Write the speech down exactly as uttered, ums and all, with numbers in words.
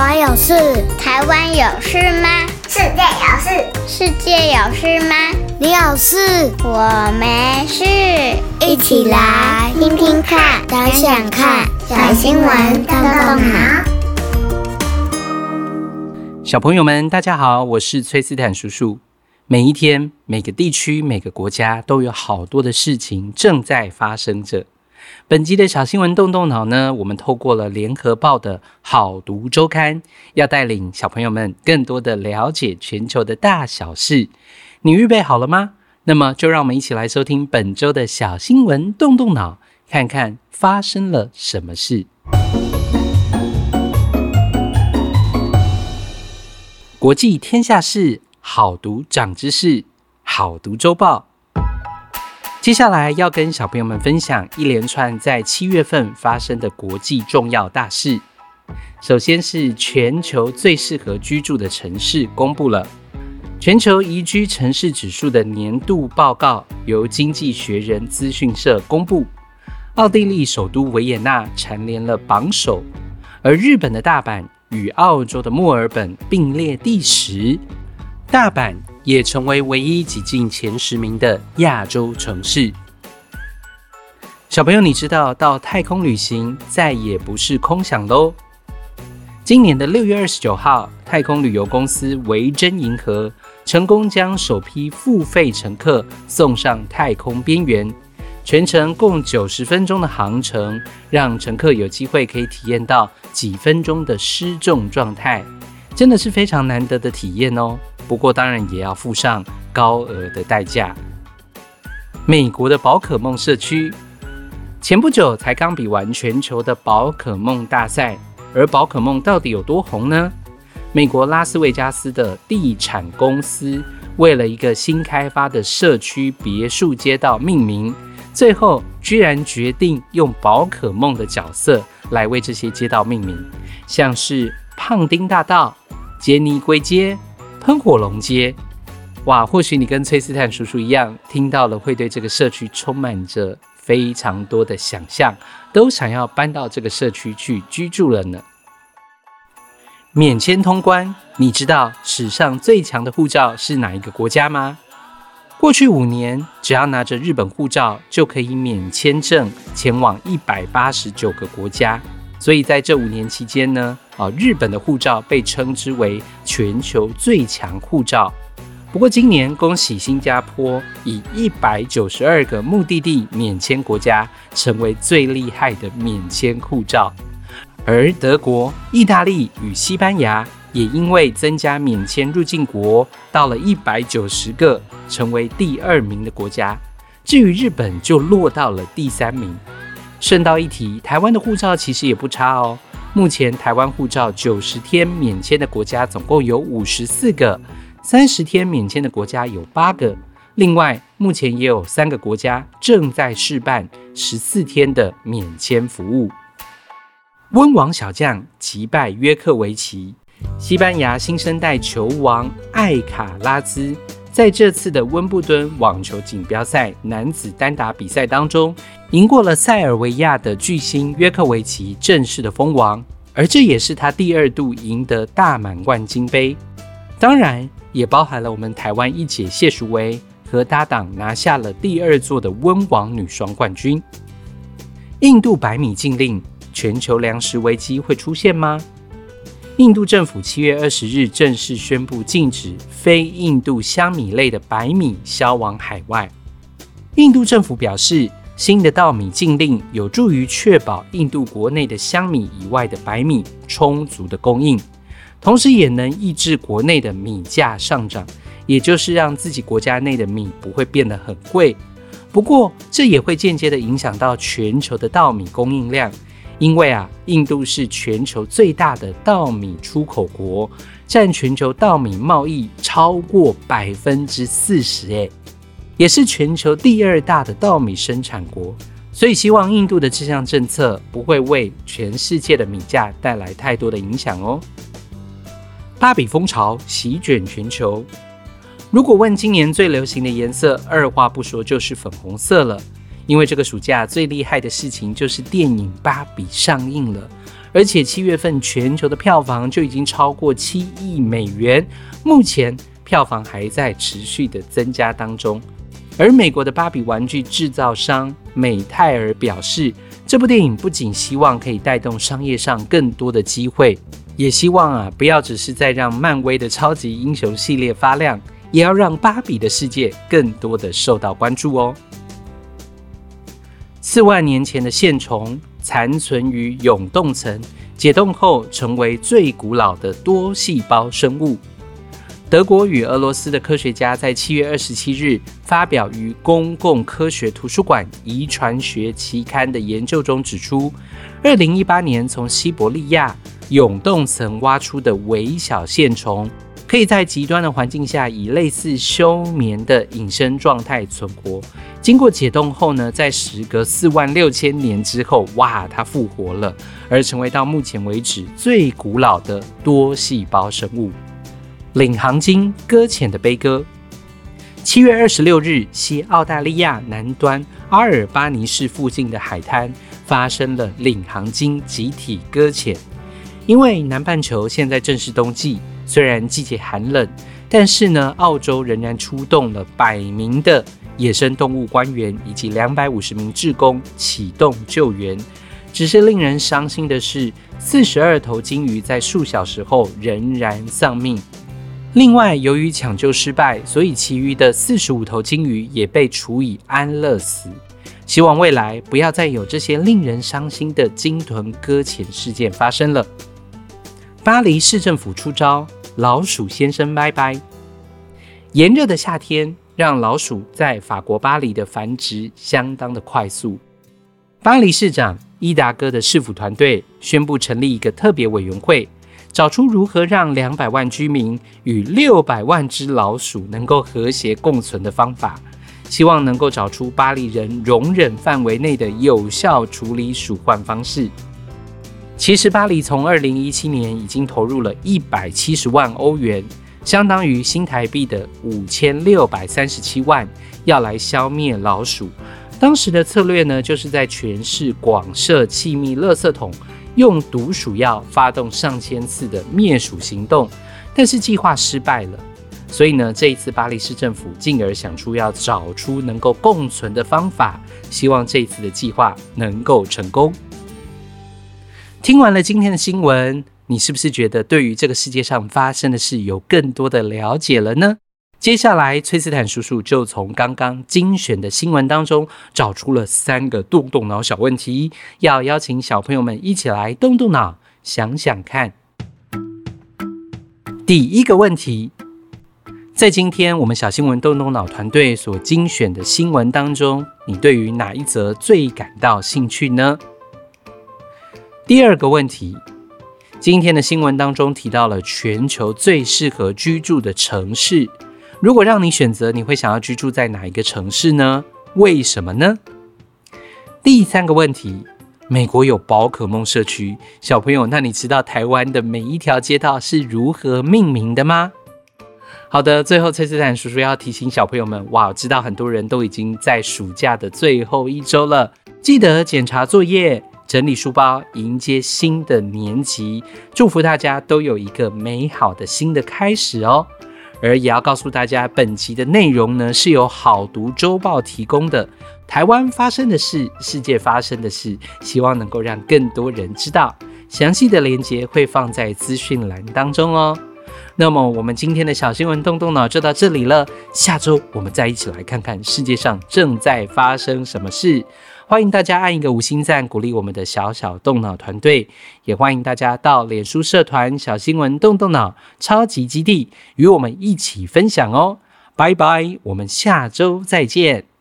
湾有事？ 台湾有事吗？ 世界有事？ 世界有事吗？ 你有事？ 我没事。 一起来听听看，想想看，小新闻动动脑。 小朋友们，大家好，我是崔斯坦叔叔。每一天，每个地区，每个国家都有好多的事情正在发生着。本集的小新闻动动脑呢，我们透过了联合报的好读周刊，要带领小朋友们更多的了解全球的大小事。你预备好了吗？那么就让我们一起来收听本周的小新闻动动脑，看看发生了什么事。国际天下事，好读长知识，好读周报。接下来要跟小朋友们分享一连串在七月份发生的国际重要大事。首先是全球最适合居住的城市公布了全球宜居城市指数的年度报告，由经济学人资讯社公布。奥地利首都维也纳蝉联了榜首，而日本的大阪与澳洲的墨尔本并列第十，大阪也成为唯一挤进前十名的亚洲城市。小朋友，你知道到太空旅行再也不是空想咯。今年的六月二十九号，太空旅游公司维珍银河成功将首批付费乘客送上太空边缘，全程共九十分钟的航程，让乘客有机会可以体验到几分钟的失重状态，真的是非常难得的体验哦。不过当然也要付上高额的代价。美国的宝可梦社区前不久才刚比完全球的宝可梦大赛，而宝可梦到底有多红呢？美国拉斯维加斯的地产公司为了一个新开发的社区别墅街道命名，最后居然决定用宝可梦的角色来为这些街道命名，像是胖丁大道、杰尼龟街、喷火龙街。哇，或许你跟崔斯坦叔叔一样，听到了会对这个社区充满着非常多的想象，都想要搬到这个社区去居住了呢。免签通关，你知道史上最强的护照是哪一个国家吗？过去五年，只要拿着日本护照，就可以免签证前往一百八十九个国家。所以在这五年期间呢，哦，日本的护照被称之为全球最强护照。不过今年，恭喜新加坡以一百九十二个目的地免签国家，成为最厉害的免签护照。而德国、意大利与西班牙也因为增加免签入境国，到了一百九十个，成为第二名的国家。至于日本，就落到了第三名。顺道一提，台湾的护照其实也不差哦。目前台湾护照九十天免签的国家总共有五十四个，三十天免签的国家有八个。另外，目前也有三个国家正在试办十四天的免签服务。温网小将击败约克维奇，西班牙新生代球王艾卡拉兹在这次的温布顿网球锦标赛男子单打比赛当中，赢过了塞尔维亚的巨星约克维奇，正式的封王，而这也是他第二度赢得大满贯金杯。当然，也包含了我们台湾一姐谢淑薇和搭档拿下了第二座的温网女双冠军。印度白米禁令，全球粮食危机会出现吗？印度政府七月二十日正式宣布禁止非印度香米类的白米销往海外。印度政府表示，新的稻米禁令有助于确保印度国内的香米以外的白米充足的供应，同时也能抑制国内的米价上涨，也就是让自己国家内的米不会变得很贵。不过，这也会间接的影响到全球的稻米供应量。因为啊，印度是全球最大的稻米出口国，占全球稻米贸易超过百分之四十，哎，也是全球第二大的稻米生产国。所以希望印度的这项政策不会为全世界的米价带来太多的影响哦。芭比风潮席卷全球，如果问今年最流行的颜色，二话不说就是粉红色了。因为这个暑假最厉害的事情就是电影《芭比》上映了， 而且七月份全球的票房就已经超过七亿美元，目前票房还在持续的增加当中。而美国的芭比玩具制造商美泰尔表示，这部电影不仅希望可以带动商业上更多的机会，也希望啊不要只是在让漫威的超级英雄系列发亮，也要让芭比的世界更多的受到关注哦。四万年前的线虫残存于永冻层，解冻后成为最古老的多细胞生物。德国与俄罗斯的科学家在七月二十七日发表于公共科学图书馆遗传学期刊的研究中指出，二零一八年从西伯利亚永冻层挖出的微小线虫，可以在极端的环境下以类似休眠的隐身状态存活。经过解冻后呢，在时隔四万六千年之后，哇，它复活了，而成为到目前为止最古老的多细胞生物。领航鲸搁浅的悲歌。七月二十六日，西澳大利亚南端阿尔巴尼市附近的海滩发生了领航鲸集体搁浅。因为南半球现在正是冬季，虽然季节寒冷，但是呢，澳洲仍然出动了百名的野生动物官员以及两百五十名志工启动救援。只是令人伤心的是，四十二头鲸鱼在数小时后仍然丧命。另外，由于抢救失败，所以其余的四十五头鲸鱼也被处以安乐死。希望未来不要再有这些令人伤心的鲸豚搁浅事件发生了。巴黎市政府出招，老鼠先生拜拜。炎热的夏天让老鼠在法国巴黎的繁殖相当的快速。巴黎市长伊达哥的市府团队宣布成立一个特别委员会，找出如何让两百万居民与六百万只老鼠能够和谐共存的方法，希望能够找出巴黎人容忍范围内的有效处理鼠患方式。其实巴黎从二零一七年已经投入了一百七十万欧元，相当于新台币的五千六百三十七万，要来消灭老鼠。当时的策略呢，就是在全市广设气密垃圾桶，用毒鼠药发动上千次的灭鼠行动，但是计划失败了。所以呢，这一次巴黎市政府进而想出要找出能够共存的方法，希望这一次的计划能够成功。听完了今天的新闻，你是不是觉得对于这个世界上发生的事有更多的了解了呢？接下来崔斯坦叔叔就从刚刚精选的新闻当中找出了三个动动脑小问题，要邀请小朋友们一起来动动脑想想看。第一个问题，在今天我们小新闻动动脑团队所精选的新闻当中，你对于哪一则最感到兴趣呢？第二个问题，今天的新闻当中提到了全球最适合居住的城市，如果让你选择，你会想要居住在哪一个城市呢？为什么呢？第三个问题，美国有宝可梦社区，小朋友，那你知道台湾的每一条街道是如何命名的吗？好的，最后崔斯坦叔叔要提醒小朋友们，哇，我知道很多人都已经在暑假的最后一周了，记得检查作业，整理书包，迎接新的年级，祝福大家都有一个美好的新的开始哦。而也要告诉大家，本集的内容呢是由好读周报提供的，台湾发生的事，世界发生的事，希望能够让更多人知道。详细的连结会放在资讯栏当中哦。那么我们今天的小新闻动动脑就到这里了，下周我们再一起来看看世界上正在发生什么事。欢迎大家按一个五星赞，鼓励我们的小小动脑团队，也欢迎大家到脸书社团小新闻动动脑超级基地与我们一起分享哦。拜拜，我们下周再见。